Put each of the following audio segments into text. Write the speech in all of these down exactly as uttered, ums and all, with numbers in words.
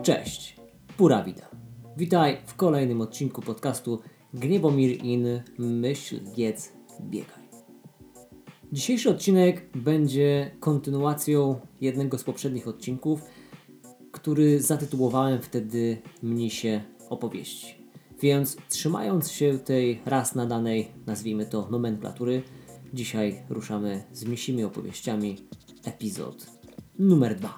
Cześć, Pura Vida. Witaj w kolejnym odcinku podcastu Gniewomir in Myśl, Jedz, Biegaj. Dzisiejszy odcinek będzie kontynuacją jednego z poprzednich odcinków, który zatytułowałem wtedy Mnisie opowieści. Więc trzymając się tej raz nadanej, nazwijmy to, nomenklatury, dzisiaj ruszamy z Mnisimi opowieściami, epizod numer dwa.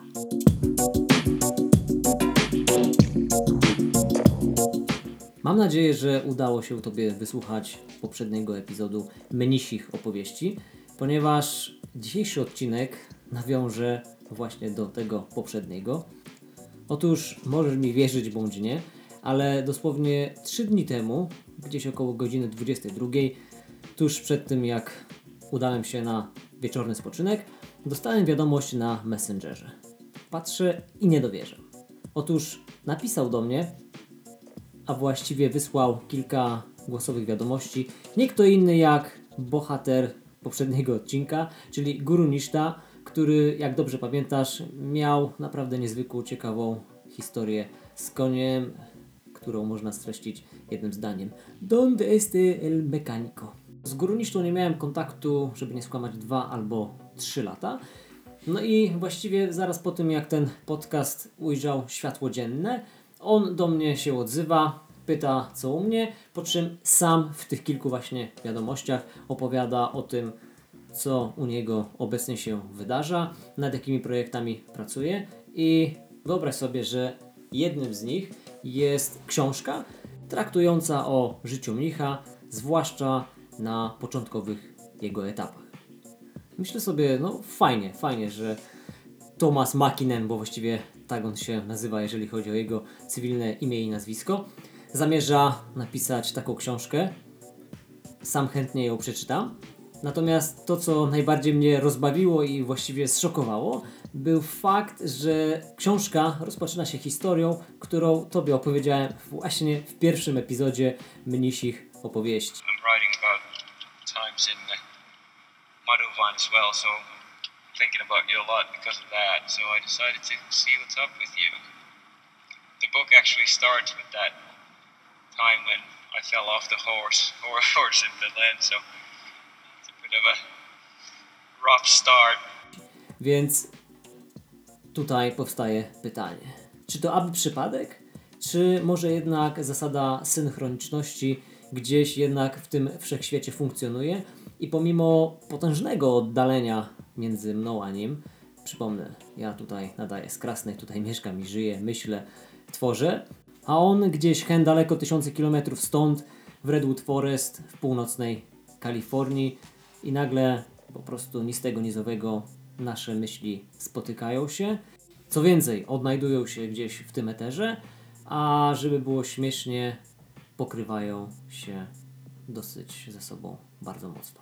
Mam nadzieję, że udało się Tobie wysłuchać poprzedniego epizodu Mnisich opowieści, ponieważ dzisiejszy odcinek nawiąże właśnie do tego poprzedniego. Otóż możesz mi wierzyć bądź nie, ale dosłownie trzy dni temu, gdzieś około godziny dwudziestej drugiej, tuż przed tym jak udałem się na wieczorny spoczynek, dostałem wiadomość na Messengerze. Patrzę i nie dowierzam. Otóż napisał do mnie, a właściwie wysłał kilka głosowych wiadomości, nie kto inny jak bohater poprzedniego odcinka, czyli Guru Nishta, który, jak dobrze pamiętasz, miał naprawdę niezwykłą, ciekawą historię z koniem, którą można streścić jednym zdaniem. Donde este el mecánico? Z Guru Nishtą nie miałem kontaktu, żeby nie skłamać, dwa albo trzy lata. No i właściwie zaraz po tym, jak ten podcast ujrzał światło dzienne, on do mnie się odzywa, pyta co u mnie, po czym sam w tych kilku właśnie wiadomościach opowiada o tym, co u niego obecnie się wydarza, nad jakimi projektami pracuje i wyobraź sobie, że jednym z nich jest książka traktująca o życiu mnicha, zwłaszcza na początkowych jego etapach. Myślę sobie, no fajnie, fajnie, że Thomas Makinen, bo właściwie tak on się nazywa, jeżeli chodzi o jego cywilne imię i nazwisko, zamierza napisać taką książkę. Sam chętnie ją przeczytam. Natomiast to, co najbardziej mnie rozbawiło i właściwie zszokowało, był fakt, że książka rozpoczyna się historią, którą Tobie opowiedziałem właśnie w pierwszym epizodzie Mnisich opowieści. I'm writing about times in Madhuvan as well, so thinking about you a lot because of that. So I decided to see what's up with you. The book actually starts with that time when I fell off the horse, or horse in Finland, so it's a bit of a rough start. Więc tutaj powstaje pytanie, czy to aby przypadek, czy może jednak zasada synchroniczności gdzieś jednak w tym wszechświecie funkcjonuje i pomimo potężnego oddalenia między mną a nim, przypomnę, ja tutaj nadaję z Krasnej, tutaj mieszkam i żyję, myślę, tworzę, a on gdzieś hen daleko tysiące kilometrów stąd, w Redwood Forest, w północnej Kalifornii i nagle po prostu ni z tego, ni z owego nasze myśli spotykają się. Co więcej, odnajdują się gdzieś w tym eterze, a żeby było śmiesznie, pokrywają się dosyć ze sobą bardzo mocno.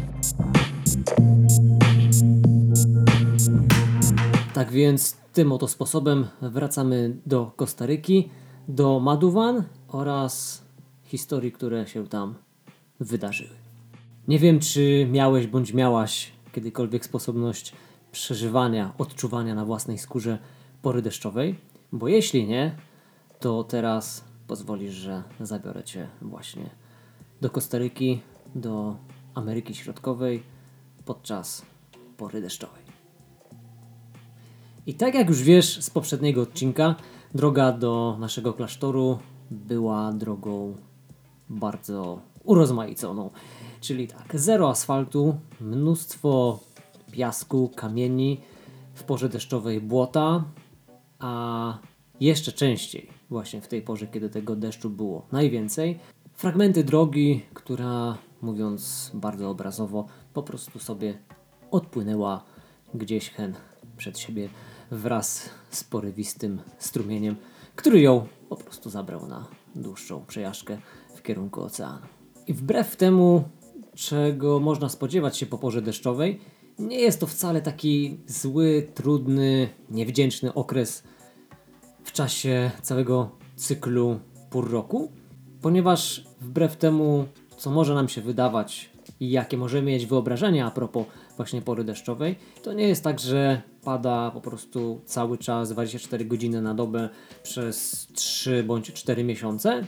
Tak więc tym oto sposobem wracamy do Kostaryki, do Madhuvan oraz historii, które się tam wydarzyły. Nie wiem, czy miałeś bądź miałaś kiedykolwiek sposobność przeżywania, odczuwania na własnej skórze pory deszczowej, bo jeśli nie, to teraz pozwolisz, że zabiorę Cię właśnie do Kostaryki, do Ameryki Środkowej podczas pory deszczowej. I tak jak już wiesz z poprzedniego odcinka, droga do naszego klasztoru była drogą bardzo urozmaiconą. Czyli tak, zero asfaltu, mnóstwo piasku, kamieni, w porze deszczowej błota, a jeszcze częściej, właśnie w tej porze, kiedy tego deszczu było najwięcej, fragmenty drogi, która, mówiąc bardzo obrazowo, po prostu sobie odpłynęła gdzieś hen przed siebie wraz z porywistym strumieniem, który ją po prostu zabrał na dłuższą przejażdżkę w kierunku oceanu. I wbrew temu, czego można spodziewać się po porze deszczowej, nie jest to wcale taki zły, trudny, niewdzięczny okres w czasie całego cyklu pór roku, ponieważ wbrew temu, co może nam się wydawać i jakie możemy mieć wyobrażenia a propos właśnie pory deszczowej. To nie jest tak, że pada po prostu cały czas, dwadzieścia cztery godziny na dobę przez trzy bądź cztery miesiące.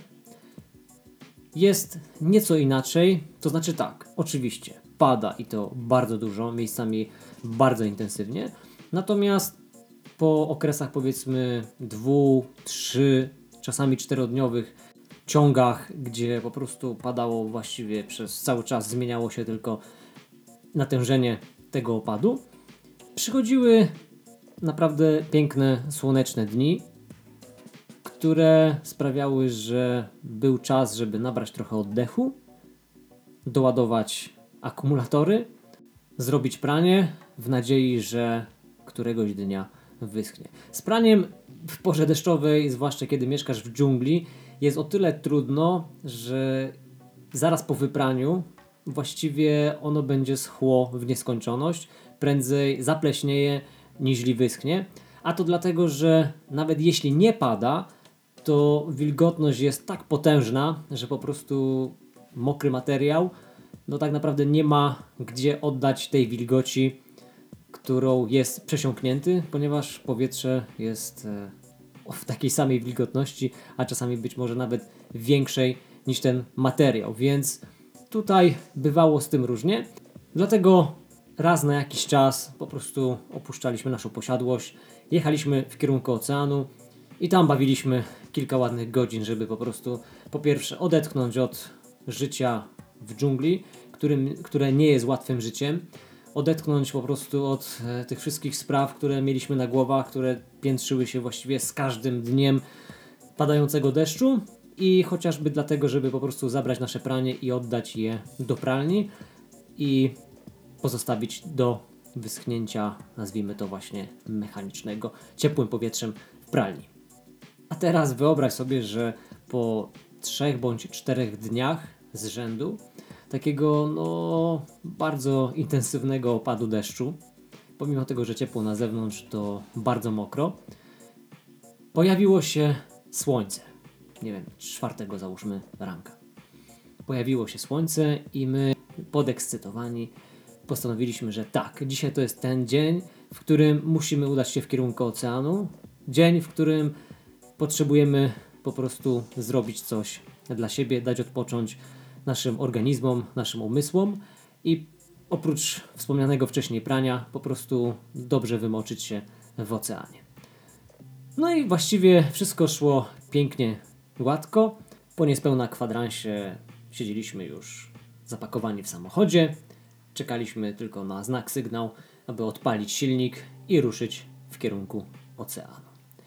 Jest nieco inaczej, to znaczy tak, oczywiście pada i to bardzo dużo, miejscami bardzo intensywnie, natomiast po okresach powiedzmy dwu, trzy, czasami czterodniowych ciągach, gdzie po prostu padało właściwie przez cały czas, zmieniało się tylko natężenie tego opadu, przychodziły naprawdę piękne, słoneczne dni, które sprawiały, że był czas, żeby nabrać trochę oddechu, doładować akumulatory, zrobić pranie w nadziei, że któregoś dnia wyschnie. Z praniem w porze deszczowej, zwłaszcza kiedy mieszkasz w dżungli, jest o tyle trudno, że zaraz po wypraniu właściwie ono będzie schło w nieskończoność, prędzej zapleśnieje niż wyschnie, a to dlatego, że nawet jeśli nie pada, to wilgotność jest tak potężna, że po prostu mokry materiał no tak naprawdę nie ma gdzie oddać tej wilgoci, którą jest przesiąknięty, ponieważ powietrze jest w takiej samej wilgotności, a czasami być może nawet większej niż ten materiał, więc tutaj bywało z tym różnie. Dlatego raz na jakiś czas po prostu opuszczaliśmy naszą posiadłość, jechaliśmy w kierunku oceanu i tam bawiliśmy kilka ładnych godzin, żeby po prostu po pierwsze odetchnąć od życia w dżungli, którym, które nie jest łatwym życiem, odetchnąć po prostu od e, tych wszystkich spraw, które mieliśmy na głowach, które piętrzyły się właściwie z każdym dniem padającego deszczu i chociażby dlatego, żeby po prostu zabrać nasze pranie i oddać je do pralni i pozostawić do wyschnięcia, nazwijmy to właśnie mechanicznego, ciepłym powietrzem w pralni. A teraz wyobraź sobie, że po trzech bądź czterech dniach z rzędu takiego no bardzo intensywnego opadu deszczu, pomimo tego, że ciepło na zewnątrz, to bardzo mokro, pojawiło się słońce. Nie wiem, czwartego załóżmy ranka. Pojawiło się słońce i my podekscytowani postanowiliśmy, że tak, dzisiaj to jest ten dzień, w którym musimy udać się w kierunku oceanu. Dzień, w którym potrzebujemy po prostu zrobić coś dla siebie, dać odpocząć naszym organizmom, naszym umysłom i oprócz wspomnianego wcześniej prania po prostu dobrze wymoczyć się w oceanie. No i właściwie wszystko szło pięknie, gładko. Po niespełna kwadransie siedzieliśmy już zapakowani w samochodzie. Czekaliśmy tylko na znak, sygnał, aby odpalić silnik i ruszyć w kierunku oceanu.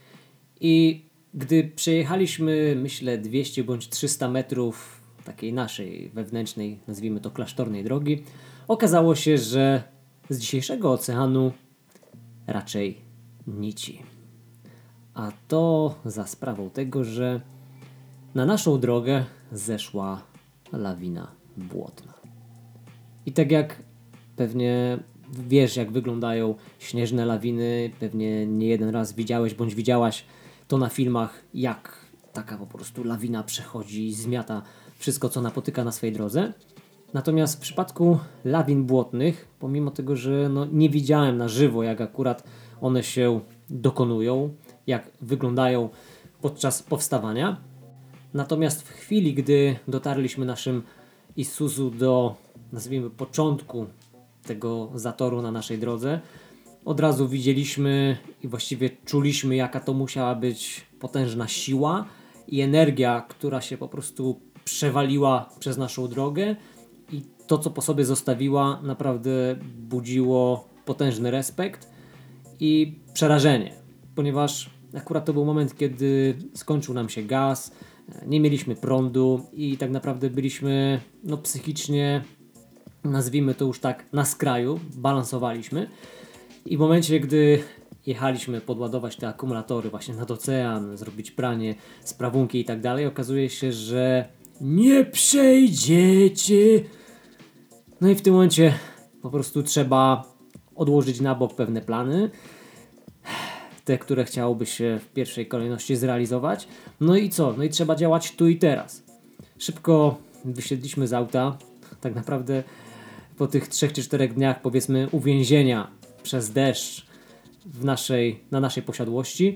I gdy przejechaliśmy, myślę, dwieście bądź trzysta metrów takiej naszej wewnętrznej, nazwijmy to klasztornej drogi, okazało się, że z dzisiejszego oceanu raczej nici. A to za sprawą tego, że na naszą drogę zeszła lawina błotna. I tak jak pewnie wiesz, jak wyglądają śnieżne lawiny, pewnie nie jeden raz widziałeś bądź widziałaś to na filmach, jak taka po prostu lawina przechodzi i zmiata wszystko, co napotyka na swojej drodze. Natomiast w przypadku lawin błotnych, pomimo tego, że no nie widziałem na żywo, jak akurat one się dokonują, jak wyglądają podczas powstawania, natomiast w chwili, gdy dotarliśmy naszym Isuzu do, nazwijmy, początku tego zatoru na naszej drodze, od razu widzieliśmy i właściwie czuliśmy, jaka to musiała być potężna siła i energia, która się po prostu przewaliła przez naszą drogę i to, co po sobie zostawiła, naprawdę budziło potężny respekt i przerażenie, ponieważ akurat to był moment, kiedy skończył nam się gaz, nie mieliśmy prądu i tak naprawdę byliśmy no, psychicznie, nazwijmy to już tak, na skraju, balansowaliśmy i w momencie, gdy jechaliśmy podładować te akumulatory właśnie nad ocean, zrobić pranie, sprawunki i tak dalej, okazuje się, że nie przejdziecie. No i w tym momencie po prostu trzeba odłożyć na bok pewne plany, te, które chciałoby się w pierwszej kolejności zrealizować. No i co? No i trzeba działać tu i teraz. Szybko wysiedliśmy z auta. Tak naprawdę po tych trzech czy czterech dniach, powiedzmy, uwięzienia przez deszcz w naszej, na naszej posiadłości,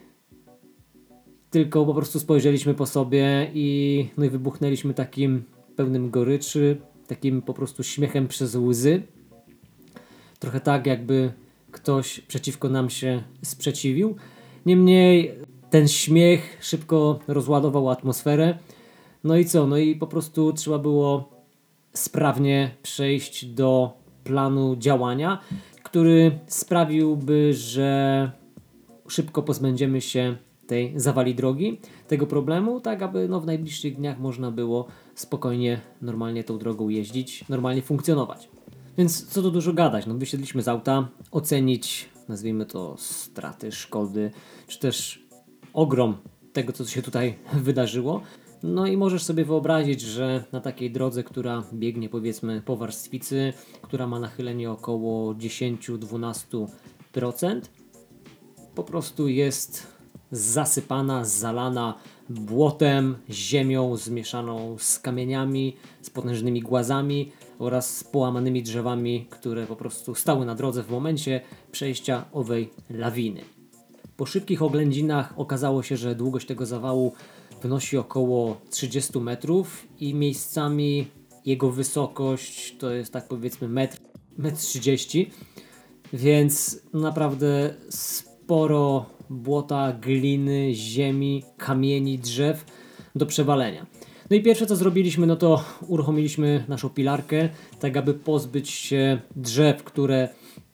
tylko po prostu spojrzeliśmy po sobie i, no i wybuchnęliśmy takim pełnym goryczy, takim po prostu śmiechem przez łzy. Trochę tak, jakby ktoś przeciwko nam się sprzeciwił. Niemniej ten śmiech szybko rozładował atmosferę. No i co? No i po prostu trzeba było sprawnie przejść do planu działania, który sprawiłby, że szybko pozbędziemy się tej zawali drogi, tego problemu, tak aby no, w najbliższych dniach można było spokojnie, normalnie tą drogą jeździć, normalnie funkcjonować. Więc co tu dużo gadać, no wysiedliśmy z auta, ocenić, nazwijmy to, straty, szkody, czy też ogrom tego, co się tutaj wydarzyło. No i możesz sobie wyobrazić, że na takiej drodze, która biegnie powiedzmy po warstwicy, która ma nachylenie około dziesięć do dwunastu procent, po prostu jest zasypana, zalana błotem, ziemią zmieszaną z kamieniami, z potężnymi głazami oraz z połamanymi drzewami, które po prostu stały na drodze w momencie przejścia owej lawiny. Po szybkich oględzinach okazało się, że długość tego zawału wynosi około trzydzieści metrów i miejscami jego wysokość to jest tak powiedzmy metr, metr trzydzieści, więc naprawdę sporo błota, gliny, ziemi, kamieni, drzew do przewalenia. No i pierwsze co zrobiliśmy, no to uruchomiliśmy naszą pilarkę, tak aby pozbyć się drzew, które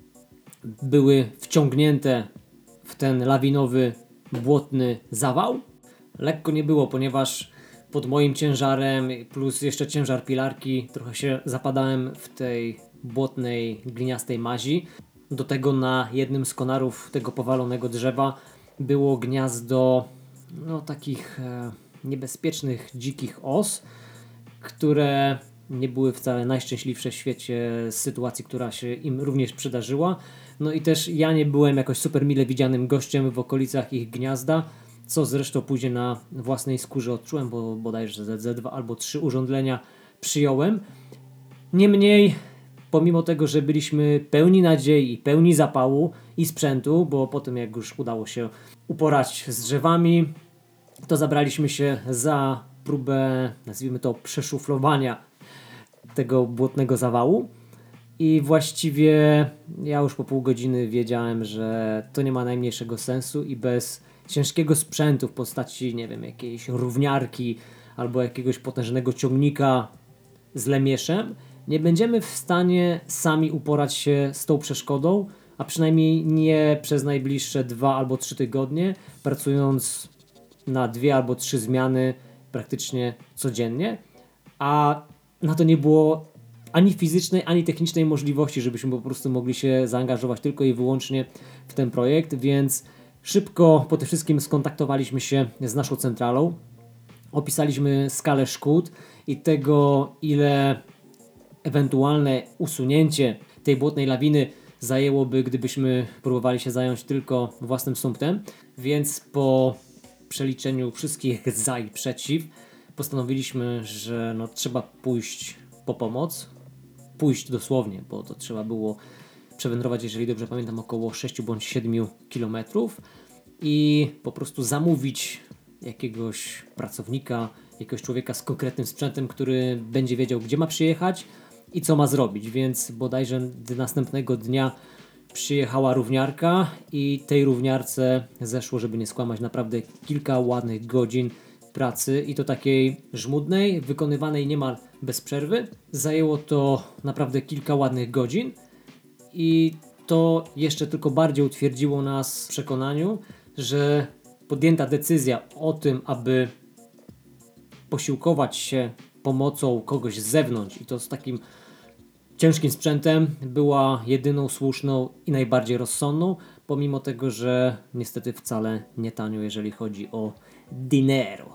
były wciągnięte w ten lawinowy, błotny zawał. Lekko nie było, ponieważ pod moim ciężarem plus jeszcze ciężar pilarki trochę się zapadałem w tej błotnej, gliniastej mazi. Do tego na jednym z konarów tego powalonego drzewa było gniazdo no, takich e, niebezpiecznych, dzikich os, które nie były wcale najszczęśliwsze w świecie z sytuacji, która się im również przydarzyła. No i też ja nie byłem jakoś super mile widzianym gościem w okolicach ich gniazda, co zresztą później na własnej skórze odczułem, bo bodajże ze dwa albo trzy urządzenia przyjąłem. Niemniej, pomimo tego, że byliśmy pełni nadziei i pełni zapału i sprzętu, bo po tym jak już udało się uporać z drzewami, to zabraliśmy się za próbę, nazwijmy to, przeszuflowania tego błotnego zawału. I właściwie ja już po pół godziny wiedziałem, że to nie ma najmniejszego sensu i bez ciężkiego sprzętu w postaci, nie wiem, jakiejś równiarki albo jakiegoś potężnego ciągnika z lemieszem nie będziemy w stanie sami uporać się z tą przeszkodą, a przynajmniej nie przez najbliższe dwa albo trzy tygodnie, pracując na dwie albo trzy zmiany praktycznie codziennie, a na to nie było ani fizycznej, ani technicznej możliwości, żebyśmy po prostu mogli się zaangażować tylko i wyłącznie w ten projekt, więc szybko po tym wszystkim skontaktowaliśmy się z naszą centralą, opisaliśmy skalę szkód i tego, ile ewentualne usunięcie tej błotnej lawiny zajęłoby, gdybyśmy próbowali się zająć tylko własnym sumptem, więc po przeliczeniu wszystkich za i przeciw postanowiliśmy, że no, trzeba pójść po pomoc, pójść dosłownie, bo to trzeba było przewędrować, jeżeli dobrze pamiętam, około sześć bądź siedem kilometrów i po prostu zamówić jakiegoś pracownika, jakiegoś człowieka z konkretnym sprzętem, który będzie wiedział, gdzie ma przyjechać i co ma zrobić, więc bodajże następnego dnia przyjechała równiarka i tej równiarce zeszło, żeby nie skłamać, naprawdę kilka ładnych godzin pracy i to takiej żmudnej, wykonywanej niemal bez przerwy. Zajęło to naprawdę kilka ładnych godzin i to jeszcze tylko bardziej utwierdziło nas w przekonaniu, że podjęta decyzja o tym, aby posiłkować się pomocą kogoś z zewnątrz i to z takim ciężkim sprzętem była jedyną słuszną i najbardziej rozsądną, pomimo tego, że niestety wcale nie tanio, jeżeli chodzi o dinero.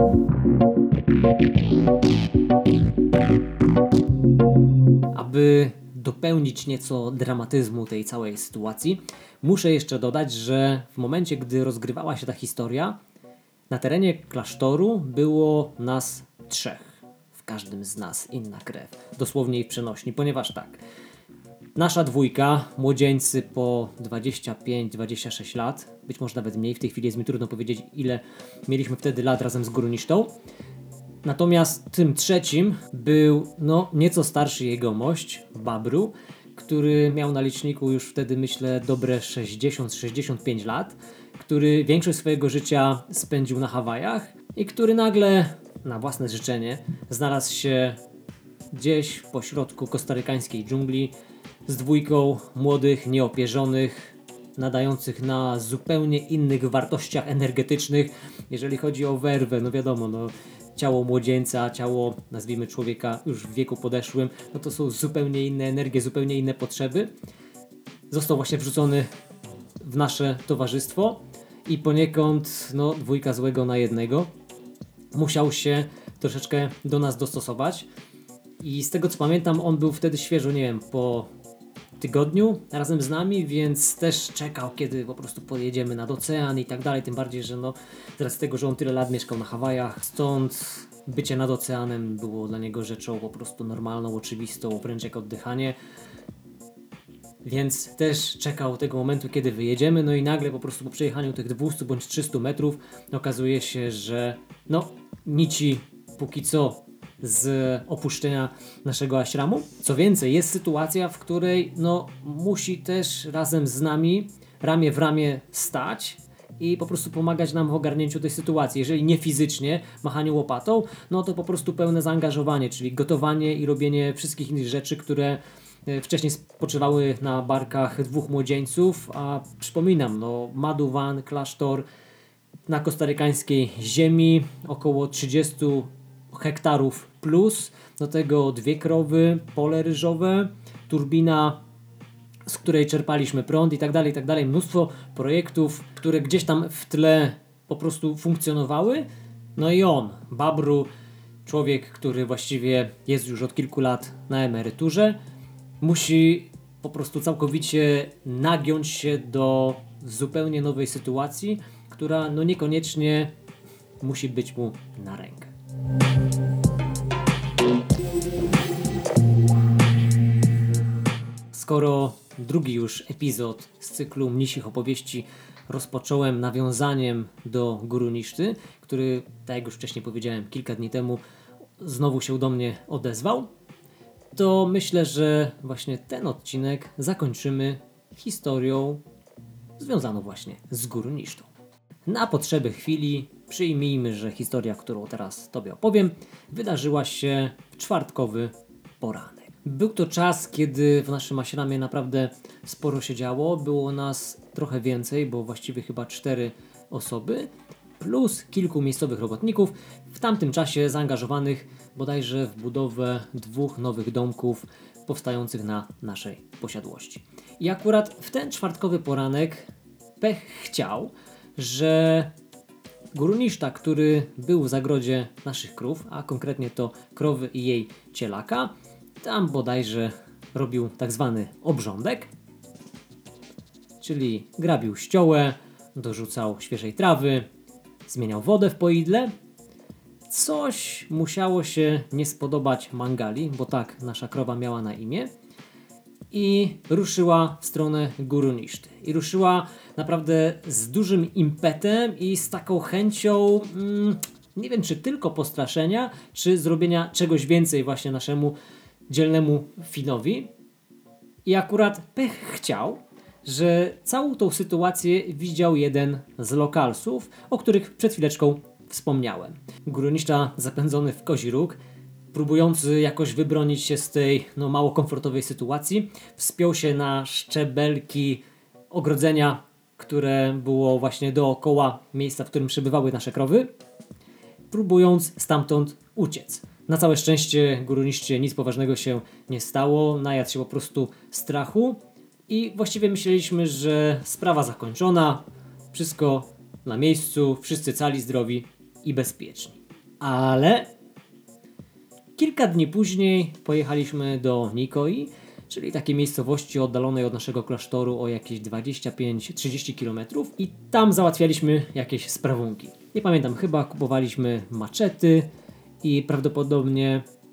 Aby dopełnić nieco dramatyzmu tej całej sytuacji, muszę jeszcze dodać, że w momencie, gdy rozgrywała się ta historia, na terenie klasztoru było nas trzech. W w każdym z nas inna krew. Dosłownie i przenośni, ponieważ tak, nasza dwójka, młodzieńcy po dwadzieścia pięć dwadzieścia sześć lat, być może nawet mniej, w tej chwili jest mi trudno powiedzieć, ile mieliśmy wtedy lat razem z Górnisztą. Natomiast tym trzecim był no nieco starszy jegomość, Babru, który miał na liczniku już wtedy, myślę, dobre sześćdziesiąt sześćdziesiąt pięć lat, który większość swojego życia spędził na Hawajach i który nagle, na własne życzenie, znalazł się gdzieś w pośrodku kostarykańskiej dżungli z dwójką młodych, nieopierzonych, nadających na zupełnie innych wartościach energetycznych, jeżeli chodzi o werwę, no wiadomo, no ciało młodzieńca, ciało, nazwijmy, człowieka już w wieku podeszłym, no to są zupełnie inne energie, zupełnie inne potrzeby. Został właśnie wrzucony w nasze towarzystwo i poniekąd, no, dwójka złego na jednego. Musiał się troszeczkę do nas dostosować i z tego co pamiętam, on był wtedy świeżo, nie wiem, po tygodniu razem z nami, więc też czekał, kiedy po prostu pojedziemy nad ocean i tak dalej, tym bardziej, że no z racji tego, że on tyle lat mieszkał na Hawajach, stąd bycie nad oceanem było dla niego rzeczą po prostu normalną, oczywistą, wręcz jak oddychanie. Więc też czekał tego momentu, kiedy wyjedziemy, no i nagle po prostu po przejechaniu tych dwieście bądź trzysta metrów okazuje się, że no nici póki co z opuszczenia naszego ashramu. Co więcej, jest sytuacja, w której no musi też razem z nami ramię w ramię stać i po prostu pomagać nam w ogarnięciu tej sytuacji. Jeżeli nie fizycznie, machaniu łopatą, no to po prostu pełne zaangażowanie, czyli gotowanie i robienie wszystkich innych rzeczy, które wcześniej spoczywały na barkach dwóch młodzieńców, a przypominam, no Maduwan, klasztor na kostarykańskiej ziemi, około trzydzieści hektarów plus, do tego dwie krowy, pole ryżowe, turbina, z której czerpaliśmy prąd i tak dalej, i tak dalej. Mnóstwo projektów, które gdzieś tam w tle po prostu funkcjonowały. No i on, Babru, człowiek, który właściwie jest już od kilku lat na emeryturze, musi po prostu całkowicie nagiąć się do zupełnie nowej sytuacji, która no niekoniecznie musi być mu na rękę. Skoro drugi już epizod z cyklu Mnisich Opowieści rozpocząłem nawiązaniem do Górniszty, który, tak jak już wcześniej powiedziałem, kilka dni temu znowu się do mnie odezwał, to myślę, że właśnie ten odcinek zakończymy historią związaną właśnie z Górnisztą. Na potrzeby chwili przyjmijmy, że historia, którą teraz Tobie opowiem, wydarzyła się w czwartkowy poranek. Był to czas, kiedy w naszym ashramie naprawdę sporo się działo. Było nas trochę więcej, bo właściwie chyba cztery osoby, plus kilku miejscowych robotników, w tamtym czasie zaangażowanych bodajże w budowę dwóch nowych domków powstających na naszej posiadłości. I akurat w ten czwartkowy poranek pech chciał, że Górniszta, który był w zagrodzie naszych krów, a konkretnie to krowy i jej cielaka, tam bodajże robił tak zwany obrządek, czyli grabił ściołę, dorzucał świeżej trawy, zmieniał wodę w poidle. Coś musiało się nie spodobać Mangali, bo tak nasza krowa miała na imię, i ruszyła w stronę Górniszty. I ruszyła naprawdę z dużym impetem i z taką chęcią, mm, nie wiem czy tylko postraszenia, czy zrobienia czegoś więcej właśnie naszemu dzielnemu Finowi. I akurat pech chciał, że całą tą sytuację widział jeden z lokalsów, o których przed chwileczką wspomniałem. Górniszta zapędzony w kozi róg, próbujący jakoś wybronić się z tej no, mało komfortowej sytuacji, wspiął się na szczebelki ogrodzenia, które było właśnie dookoła miejsca, w którym przebywały nasze krowy, próbując stamtąd uciec. Na całe szczęście Górniszcie nic poważnego się nie stało, najadł się po prostu strachu i właściwie myśleliśmy, że sprawa zakończona, wszystko na miejscu, wszyscy cali, zdrowi i bezpieczni. Ale kilka dni później pojechaliśmy do Nikoi, czyli takiej miejscowości oddalonej od naszego klasztoru o jakieś dwadzieścia pięć trzydzieści kilometrów, i tam załatwialiśmy jakieś sprawunki. Nie pamiętam, chyba kupowaliśmy maczety i prawdopodobnie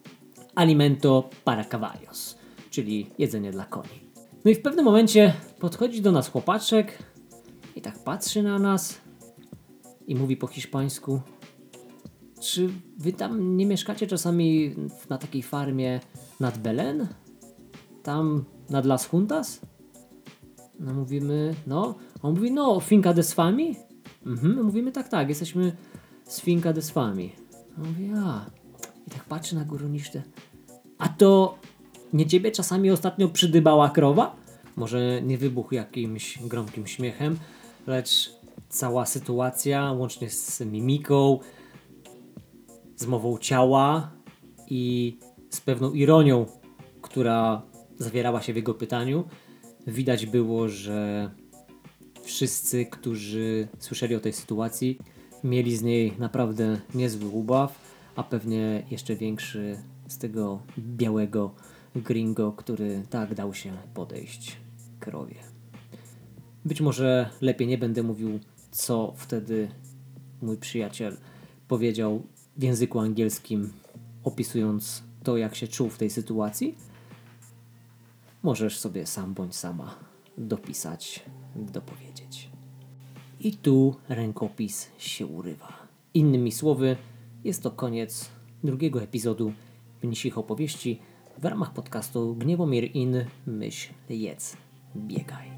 alimento para caballos, czyli jedzenie dla koni. No i w pewnym momencie podchodzi do nas chłopaczek i tak patrzy na nas i mówi po hiszpańsku: czy wy tam nie mieszkacie czasami na takiej farmie nad Belen? Tam nad Las Juntas? No mówimy, no. On mówi, no, Finca de Swami? Mhm, my mówimy, tak, tak, jesteśmy z Finca de Swami. On mówi, a. I tak patrzy na górniczkę. A to nie ciebie czasami ostatnio przydybała krowa? Może nie wybuchł jakimś gromkim śmiechem, lecz cała sytuacja, łącznie z mimiką, z mową ciała i z pewną ironią, która zawierała się w jego pytaniu, widać było, że wszyscy, którzy słyszeli o tej sytuacji, mieli z niej naprawdę niezły ubaw, a pewnie jeszcze większy z tego białego gringo, który tak dał się podejść krowie. Być może lepiej nie będę mówił, co wtedy mój przyjaciel powiedział w języku angielskim, opisując to, jak się czuł w tej sytuacji. Możesz sobie sam bądź sama dopisać, dopowiedzieć. I tu rękopis się urywa. Innymi słowy, jest to koniec drugiego epizodu Mnisich Opowieści w ramach podcastu Gniewomir In Myśl, Jedz, Biegaj.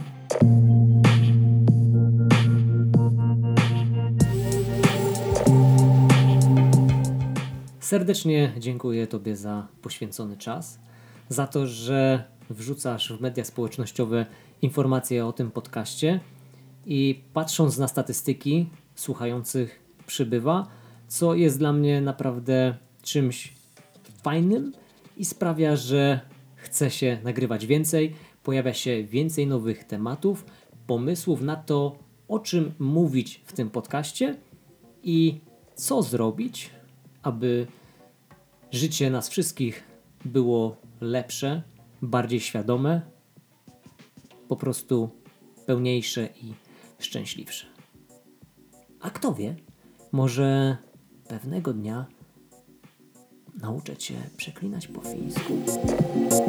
Serdecznie dziękuję Tobie za poświęcony czas, za to, że wrzucasz w media społecznościowe informacje o tym podcaście i patrząc na statystyki, słuchających przybywa, co jest dla mnie naprawdę czymś fajnym i sprawia, że chce się nagrywać więcej, pojawia się więcej nowych tematów, pomysłów na to, o czym mówić w tym podcaście i co zrobić, aby życie nas wszystkich było lepsze, bardziej świadome, po prostu pełniejsze i szczęśliwsze. A kto wie, może pewnego dnia nauczę Cię przeklinać po fińsku.